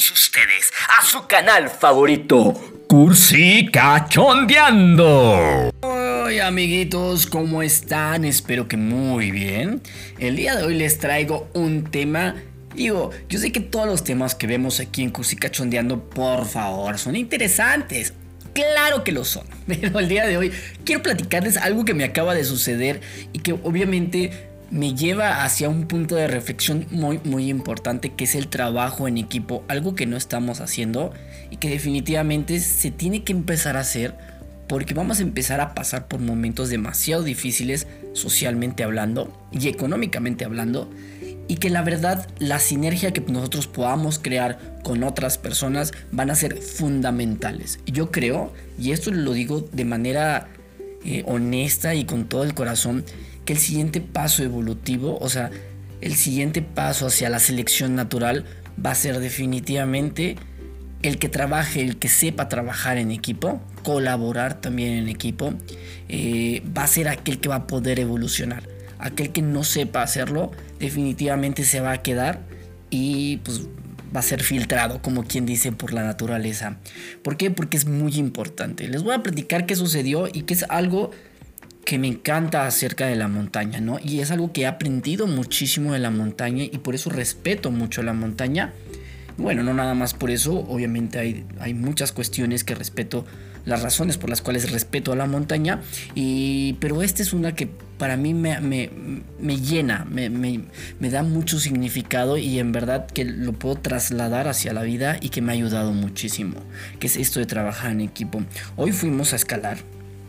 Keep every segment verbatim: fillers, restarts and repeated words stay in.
todos ustedes a su canal favorito, Cursi Cachondeando. Hola amiguitos, ¿cómo están? Espero que muy bien. El día de hoy les traigo un tema. Digo, yo sé que todos los temas que vemos aquí en Cursi Cachondeando, por favor, son interesantes. Claro que lo son, pero el día de hoy quiero platicarles algo que me acaba de suceder y que obviamente me lleva hacia un punto de reflexión muy muy importante, que es el trabajo en equipo, algo que no estamos haciendo y que definitivamente se tiene que empezar a hacer, porque vamos a empezar a pasar por momentos demasiado difíciles socialmente hablando y económicamente hablando, y que la verdad la sinergia que nosotros podamos crear con otras personas van a ser fundamentales. Yo creo, y esto lo digo de manera eh, honesta y con todo el corazón, que el siguiente paso evolutivo, o sea, el siguiente paso hacia la selección natural va a ser definitivamente el que trabaje, el que sepa trabajar en equipo, colaborar también en equipo, eh, va a ser aquel que va a poder evolucionar. Aquel que no sepa hacerlo definitivamente se va a quedar y pues va a ser filtrado, como quien dice, por la naturaleza. ¿Por qué? Porque es muy importante. Les voy a platicar qué sucedió y que es algo que me encanta acerca de la montaña, ¿no? Y es algo que he aprendido muchísimo de la montaña y por eso respeto mucho la montaña. Bueno, no nada más por eso, obviamente hay, hay muchas cuestiones que respeto, las razones por las cuales respeto a la montaña, y, pero esta es una que para mí me, me, me llena, me, me, me da mucho significado y en verdad que lo puedo trasladar hacia la vida y que me ha ayudado muchísimo, que es esto de trabajar en equipo. Hoy fuimos a escalar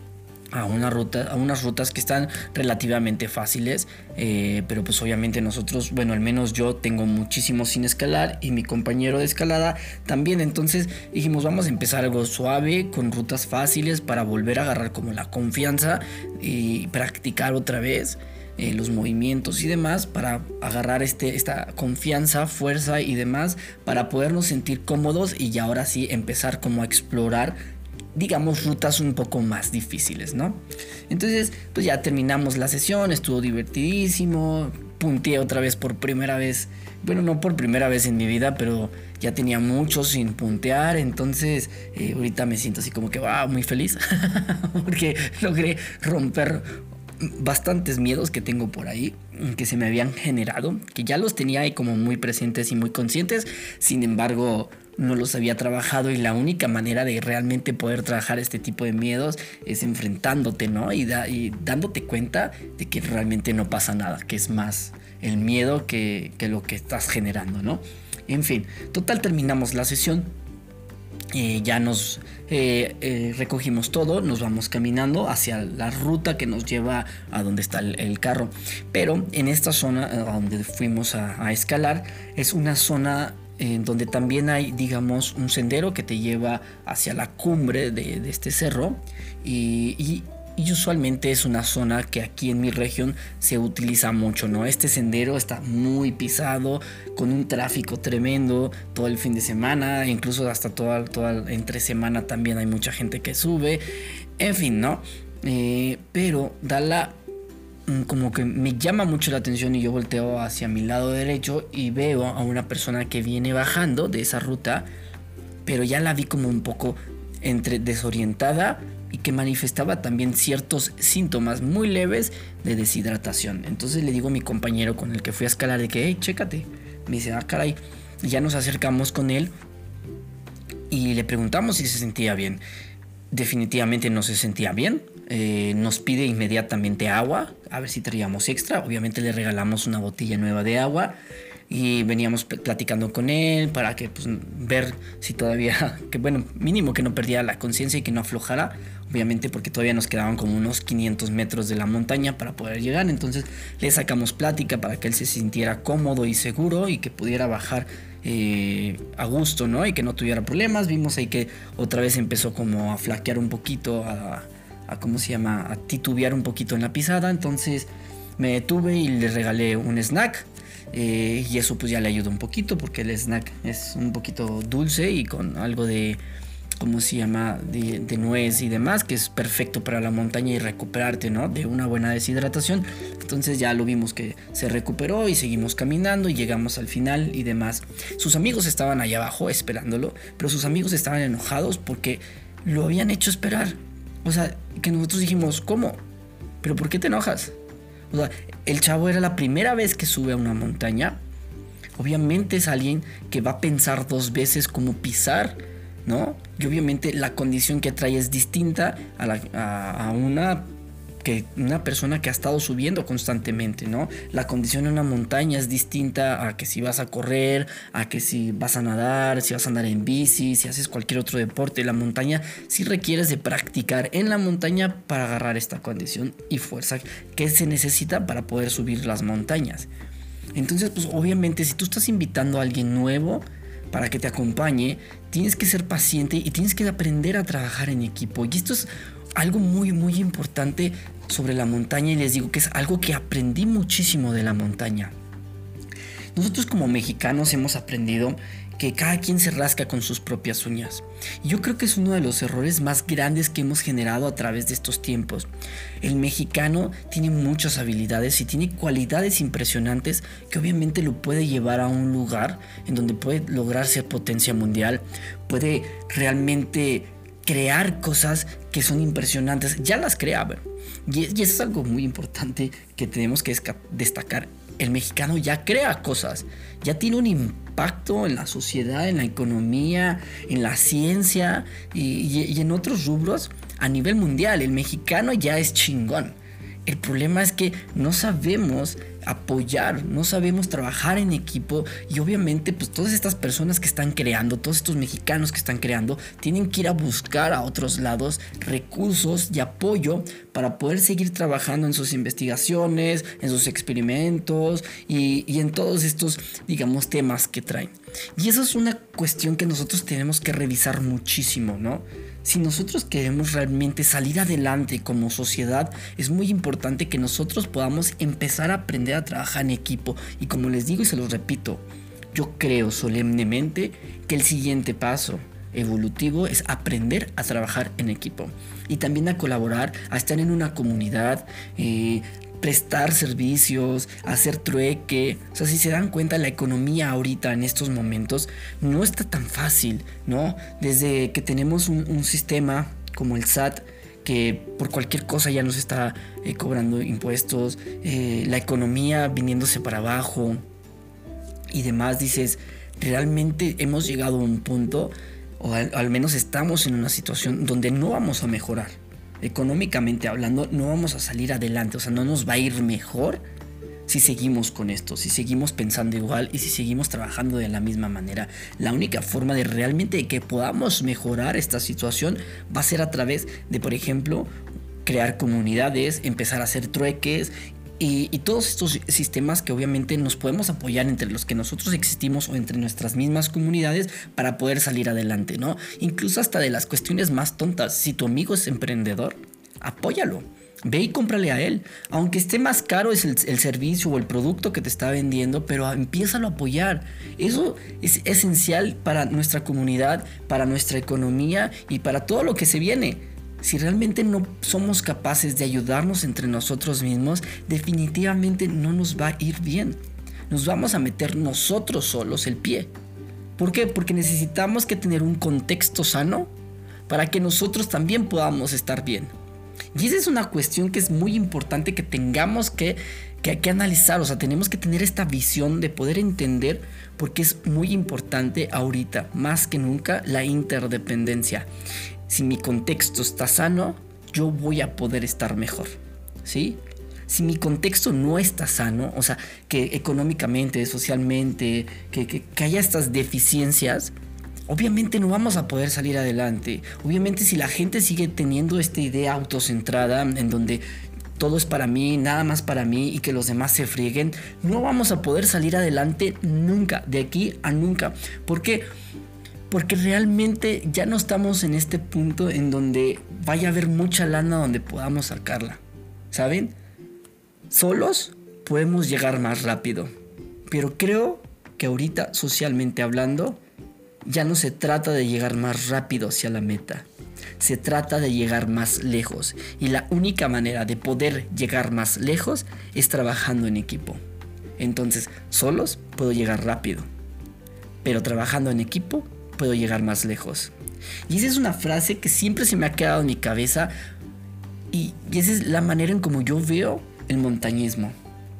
a una ruta, a unas rutas que están relativamente fáciles, eh, pero pues obviamente nosotros, bueno, al menos yo tengo muchísimo sin escalar y mi compañero de escalada también. Entonces dijimos, vamos a empezar algo suave con rutas fáciles para volver a agarrar como la confianza y practicar otra vez eh, los movimientos y demás, para agarrar este, esta confianza, fuerza y demás, para podernos sentir cómodos y ya ahora sí empezar como a explorar, digamos, rutas un poco más difíciles, ¿no? Entonces, pues ya terminamos la sesión, estuvo divertidísimo, punteé otra vez por primera vez, bueno, no por primera vez en mi vida, pero ya tenía mucho sin puntear, entonces eh, ahorita me siento así como que, wow, muy feliz, porque logré romper bastantes miedos que tengo por ahí, que se me habían generado, que ya los tenía ahí como muy presentes y muy conscientes, sin embargo no los había trabajado, y la única manera de realmente poder trabajar este tipo de miedos es enfrentándote, ¿no? Y, da, y dándote cuenta de que realmente no pasa nada, que es más el miedo que, que lo que estás generando, ¿no? En fin, total, terminamos la sesión. Eh, ya nos eh, eh, recogimos todo, nos vamos caminando hacia la ruta que nos lleva a donde está el, el carro. Pero en esta zona eh, donde fuimos a, a escalar, es una zona en donde también hay, digamos, un sendero que te lleva hacia la cumbre de, de este cerro, y, y, y usualmente es una zona que aquí en mi región se utiliza mucho, ¿no? Este sendero está muy pisado, con un tráfico tremendo todo el fin de semana, incluso hasta toda, toda entre semana también hay mucha gente que sube, en fin, ¿no? Eh, pero da la... como que me llama mucho la atención, y yo volteo hacia mi lado derecho y veo a una persona que viene bajando de esa ruta, pero ya la vi como un poco entre desorientada y que manifestaba también ciertos síntomas muy leves de deshidratación. Entonces le digo a mi compañero con el que fui a escalar de que, hey, chécate. Me dice, ah, caray. Y ya nos acercamos con él y le preguntamos si se sentía bien. Definitivamente no se sentía bien. Eh, nos pide inmediatamente agua, a ver si traíamos extra. Obviamente le regalamos una botella nueva de agua y veníamos platicando con él para que, pues, ver si todavía, que bueno, mínimo que no perdiera la conciencia y que no aflojara, obviamente, porque todavía nos quedaban como unos quinientos metros de la montaña para poder llegar. Entonces le sacamos plática para que él se sintiera cómodo y seguro y que pudiera bajar eh, a gusto, ¿no? Y que no tuviera problemas. Vimos ahí que otra vez empezó como a flaquear un poquito, a, a ¿cómo se llama? A titubear un poquito en la pisada. Entonces me detuve y le regalé un snack. Eh, y eso pues ya le ayudó un poquito, porque el snack es un poquito dulce y con algo de ¿cómo se llama? De, de nuez y demás, que es perfecto para la montaña y recuperarte, ¿no? De una buena deshidratación. Entonces ya lo vimos que se recuperó y seguimos caminando y llegamos al final y demás. Sus amigos estaban allá abajo esperándolo, pero sus amigos estaban enojados porque lo habían hecho esperar. O sea, que nosotros dijimos, ¿cómo? ¿Pero por qué te enojas? O sea, el chavo era la primera vez que sube a una montaña. Obviamente es alguien que va a pensar dos veces cómo pisar, ¿no? Y obviamente la condición que trae es distinta a, la, a, a una, que, una persona que ha estado subiendo constantemente, ¿no? La condición en una montaña es distinta a que si vas a correr, a que si vas a nadar, si vas a andar en bici, si haces cualquier otro deporte. La montaña sí requieres de practicar en la montaña para agarrar esta condición y fuerza que se necesita para poder subir las montañas. Entonces, pues obviamente si tú estás invitando a alguien nuevo para que te acompañe, tienes que ser paciente y tienes que aprender a trabajar en equipo. Y esto es algo muy, muy importante sobre la montaña, y les digo que es algo que aprendí muchísimo de la montaña. Nosotros como mexicanos hemos aprendido que cada quien se rasca con sus propias uñas. Y yo creo que es uno de los errores más grandes que hemos generado a través de estos tiempos. El mexicano tiene muchas habilidades y tiene cualidades impresionantes que obviamente lo puede llevar a un lugar en donde puede lograr ser potencia mundial, puede realmente crear cosas que son impresionantes. Ya las crea, ¿ver? Y, y eso es algo muy importante que tenemos que destacar. El mexicano ya crea cosas, ya tiene un impacto en la sociedad, en la economía, en la ciencia y, y, y en otros rubros a nivel mundial. El mexicano ya es chingón. El problema es que no sabemos apoyar, no sabemos trabajar en equipo, y obviamente pues todas estas personas que están creando, todos estos mexicanos que están creando, tienen que ir a buscar a otros lados recursos y apoyo para poder seguir trabajando en sus investigaciones, en sus experimentos y, y en todos estos, digamos, temas que traen. Y eso es una cuestión que nosotros tenemos que revisar muchísimo, ¿no? Si nosotros queremos realmente salir adelante como sociedad, es muy importante que nosotros podamos empezar a aprender a trabajar en equipo. Y como les digo y se los repito, yo creo solemnemente que el siguiente paso evolutivo es aprender a trabajar en equipo y también a colaborar, a estar en una comunidad, eh, prestar servicios, hacer trueque. O sea, si se dan cuenta, la economía ahorita en estos momentos no está tan fácil, ¿no? Desde que tenemos un, un sistema como el S A T, que por cualquier cosa ya nos está eh, cobrando impuestos, eh, la economía viniéndose para abajo y demás, dices, realmente hemos llegado a un punto, o al, al menos estamos en una situación donde no vamos a mejorar. Económicamente hablando, no vamos a salir adelante. O sea, no nos va a ir mejor si seguimos con esto, si seguimos pensando igual y si seguimos trabajando de la misma manera. La única forma de realmente que podamos mejorar esta situación va a ser a través de, por ejemplo, crear comunidades, empezar a hacer trueques y, y todos estos sistemas que obviamente nos podemos apoyar entre los que nosotros existimos o entre nuestras mismas comunidades para poder salir adelante, ¿no? Incluso hasta de las cuestiones más tontas. Si tu amigo es emprendedor, apóyalo. Ve y cómprale a él. Aunque esté más caro es el, el servicio o el producto que te está vendiendo, pero empiézalo a apoyar. Eso es esencial para nuestra comunidad, para nuestra economía y para todo lo que se viene. Si realmente no somos capaces de ayudarnos entre nosotros mismos, definitivamente no nos va a ir bien. Nos vamos a meter nosotros solos el pie. ¿Por qué? Porque necesitamos que tener un contexto sano para que nosotros también podamos estar bien. Y esa es una cuestión que es muy importante que tengamos que, que, que analizar. O sea, tenemos que tener esta visión de poder entender, porque es muy importante ahorita, más que nunca, la interdependencia. Si mi contexto está sano, yo voy a poder estar mejor, ¿sí? Si mi contexto no está sano, o sea, que económicamente, socialmente, que, que, que haya estas deficiencias, obviamente no vamos a poder salir adelante. Obviamente si la gente sigue teniendo esta idea autocentrada en donde todo es para mí, nada más para mí y que los demás se frieguen, no vamos a poder salir adelante nunca, de aquí a nunca. ¿Por qué? Porque realmente ya no estamos en este punto en donde vaya a haber mucha lana donde podamos sacarla, ¿saben? Solos podemos llegar más rápido, pero creo que ahorita, socialmente hablando, ya no se trata de llegar más rápido hacia la meta. Se trata de llegar más lejos. Y la única manera de poder llegar más lejos es trabajando en equipo. Entonces, solos puedo llegar rápido, pero trabajando en equipo puedo llegar más lejos. Y esa es una frase que siempre se me ha quedado en mi cabeza. Y, y esa es la manera en como yo veo el montañismo,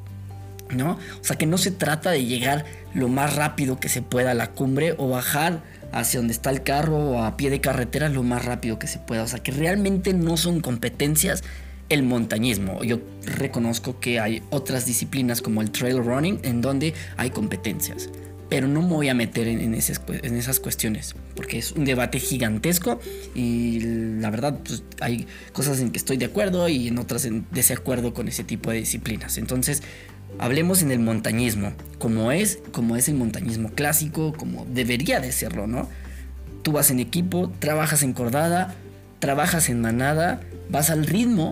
¿no? O sea, que no se trata de llegar lo más rápido que se pueda a la cumbre o bajar hacia donde está el carro o a pie de carretera lo más rápido que se pueda. O sea, que realmente no son competencias el montañismo. Yo reconozco que hay otras disciplinas como el trail running en donde hay competencias, pero no me voy a meter en, en, esas, en esas cuestiones porque es un debate gigantesco y la verdad pues, hay cosas en que estoy de acuerdo y en otras en desacuerdo con ese tipo de disciplinas. Entonces hablemos en el montañismo, como es, como es el montañismo clásico, como debería de serlo, ¿no? Tú vas en equipo, trabajas en cordada, trabajas en manada, vas al ritmo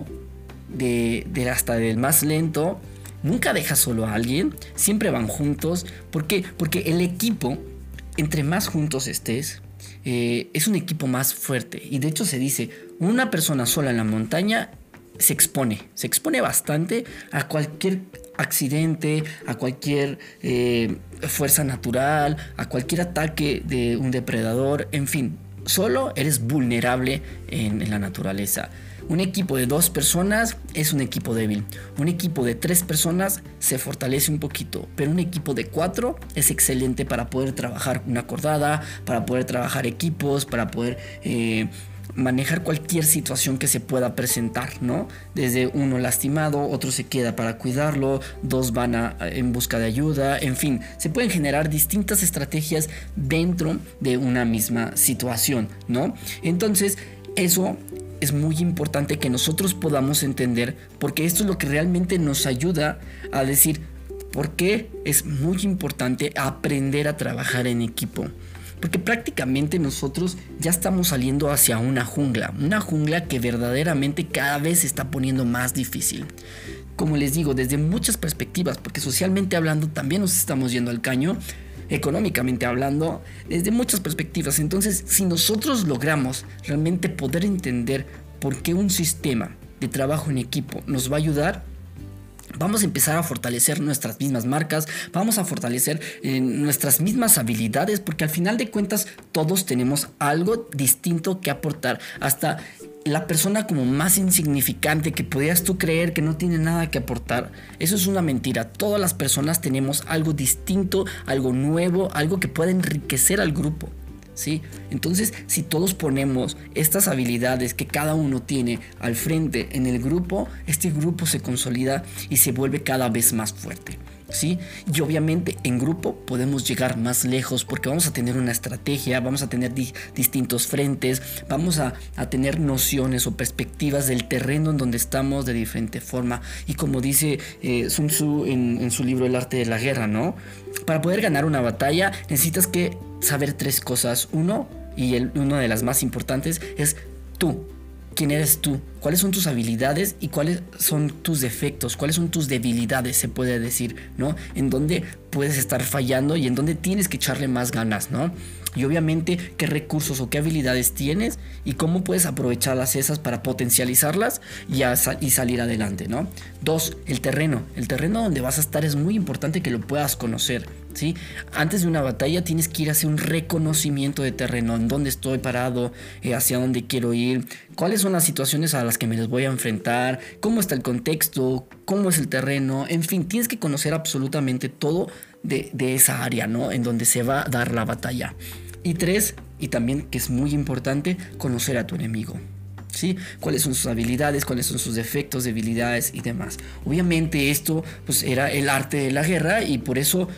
de, de hasta del más lento, nunca dejas solo a alguien, siempre van juntos. ¿Por qué? Porque el equipo, entre más juntos estés, eh, es un equipo más fuerte. Y de hecho se dice, una persona sola en la montaña se expone, se expone bastante a cualquier accidente, a cualquier eh, fuerza natural, a cualquier ataque de un depredador, en fin, solo eres vulnerable en, en la naturaleza. Un equipo de dos personas es un equipo débil. Un equipo de tres personas se fortalece un poquito, pero un equipo de cuatro es excelente para poder trabajar una cordada, para poder trabajar equipos, para poder eh, manejar cualquier situación que se pueda presentar, ¿no? Desde uno lastimado, otro se queda para cuidarlo, dos van a, en busca de ayuda, en fin, se pueden generar distintas estrategias dentro de una misma situación, ¿no? Entonces, eso es muy importante que nosotros podamos entender, porque esto es lo que realmente nos ayuda a decir por qué es muy importante aprender a trabajar en equipo. Porque prácticamente nosotros ya estamos saliendo hacia una jungla, una jungla que verdaderamente cada vez se está poniendo más difícil. Como les digo, desde muchas perspectivas, porque socialmente hablando también nos estamos yendo al caño, económicamente hablando, desde muchas perspectivas. Entonces, si nosotros logramos realmente poder entender por qué un sistema de trabajo en equipo nos va a ayudar, vamos a empezar a fortalecer nuestras mismas marcas, vamos a fortalecer eh, nuestras mismas habilidades, porque al final de cuentas todos tenemos algo distinto que aportar. Hasta la persona como más insignificante que podías tú creer que no tiene nada que aportar, eso es una mentira. Todas las personas tenemos algo distinto, algo nuevo, algo que pueda enriquecer al grupo, ¿sí? Entonces, si todos ponemos estas habilidades que cada uno tiene al frente en el grupo, este grupo se consolida y se vuelve cada vez más fuerte, ¿sí? Y obviamente en grupo podemos llegar más lejos porque vamos a tener una estrategia, vamos a tener di- distintos frentes, vamos a, a tener nociones o perspectivas del terreno en donde estamos de diferente forma. Y como dice eh, Sun Tzu en, en su libro El arte de la guerra, ¿no? Para poder ganar una batalla necesitas que saber tres cosas. Uno, y el, una de las más importantes, es tú. ¿Quién eres tú? ¿Cuáles son tus habilidades y cuáles son tus defectos? ¿Cuáles son tus debilidades, se puede decir, ¿no? En dónde puedes estar fallando y en dónde tienes que echarle más ganas, ¿no? Y obviamente qué recursos o qué habilidades tienes y cómo puedes aprovecharlas esas para potencializarlas y, a, y salir adelante, ¿no? Dos, el terreno. El terreno donde vas a estar es muy importante que lo puedas conocer, ¿sí? Antes de una batalla tienes que ir a hacer un reconocimiento de terreno, en dónde estoy parado, eh, hacia dónde quiero ir, cuáles son las situaciones a las que me les voy a enfrentar, cómo está el contexto, cómo es el terreno, en fin, tienes que conocer absolutamente todo de, de esa área, ¿no? En donde se va a dar la batalla. Y tres, y también que es muy importante, conocer a tu enemigo, ¿sí? Cuáles son sus habilidades, cuáles son sus defectos, debilidades y demás. Obviamente esto pues era el arte de la guerra y por eso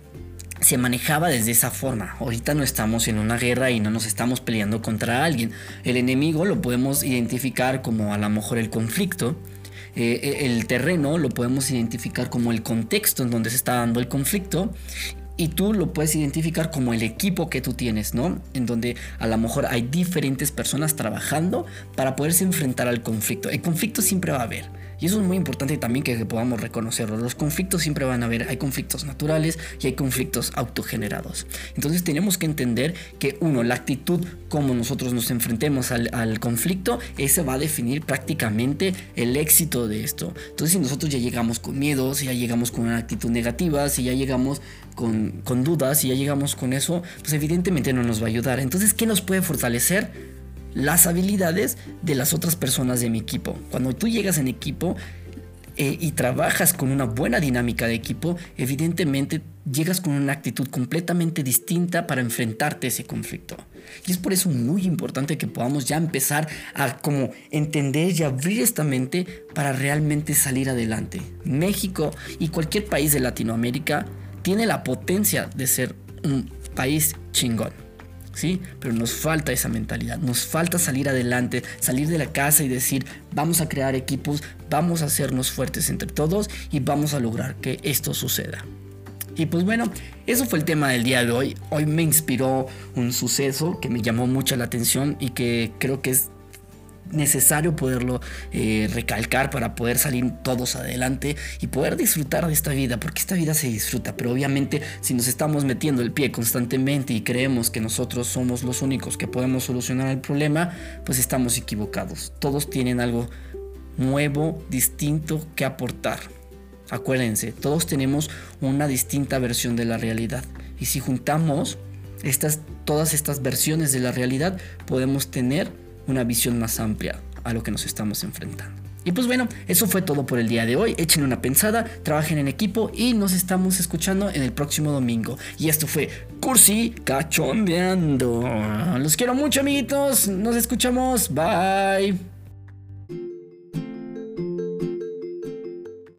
se manejaba desde esa forma. Ahorita no estamos en una guerra y no nos estamos peleando contra alguien. El enemigo lo podemos identificar como a lo mejor el conflicto. Eh, el terreno lo podemos identificar como el contexto en donde se está dando el conflicto. Y tú lo puedes identificar como el equipo que tú tienes, ¿no? En donde a lo mejor hay diferentes personas trabajando para poderse enfrentar al conflicto. El conflicto siempre va a haber. Y eso es muy importante también que podamos reconocerlo. Los conflictos siempre van a haber. Hay conflictos naturales y hay conflictos autogenerados. Entonces tenemos que entender que uno, la actitud como nosotros nos enfrentemos al, al conflicto, ese va a definir prácticamente el éxito de esto. Entonces si nosotros ya llegamos con miedo, si ya llegamos con una actitud negativa, si ya llegamos con, con dudas, si ya llegamos con eso, pues evidentemente no nos va a ayudar. Entonces, ¿qué nos puede fortalecer? Las habilidades de las otras personas de mi equipo. Cuando tú llegas en equipo eh, y trabajas con una buena dinámica de equipo, evidentemente llegas con una actitud completamente distinta para enfrentarte a ese conflicto. Y es por eso muy importante que podamos ya empezar a como entender y abrir esta mente para realmente salir adelante. México y cualquier país de Latinoamérica tiene la potencia de ser un país chingón. ¿Sí? Pero nos falta esa mentalidad, nos falta salir adelante, salir de la casa y decir, vamos a crear equipos, vamos a hacernos fuertes entre todos y vamos a lograr que esto suceda. Y pues bueno, eso fue el tema del día de hoy. Hoy me inspiró un suceso que me llamó mucho la atención y que creo que es necesario poderlo eh, recalcar para poder salir todos adelante y poder disfrutar de esta vida, porque esta vida se disfruta, pero obviamente si nos estamos metiendo el pie constantemente y creemos que nosotros somos los únicos que podemos solucionar el problema, pues estamos equivocados. Todos tienen algo nuevo, distinto que aportar. Acuérdense, todos tenemos una distinta versión de la realidad y si juntamos estas, todas estas versiones de la realidad, podemos tener una visión más amplia a lo que nos estamos enfrentando. Y pues bueno, eso fue todo por el día de hoy. Echen una pensada, trabajen en equipo y nos estamos escuchando en el próximo domingo. Y esto fue Cursi Cachondeando. Los quiero mucho, amiguitos. Nos escuchamos. Bye.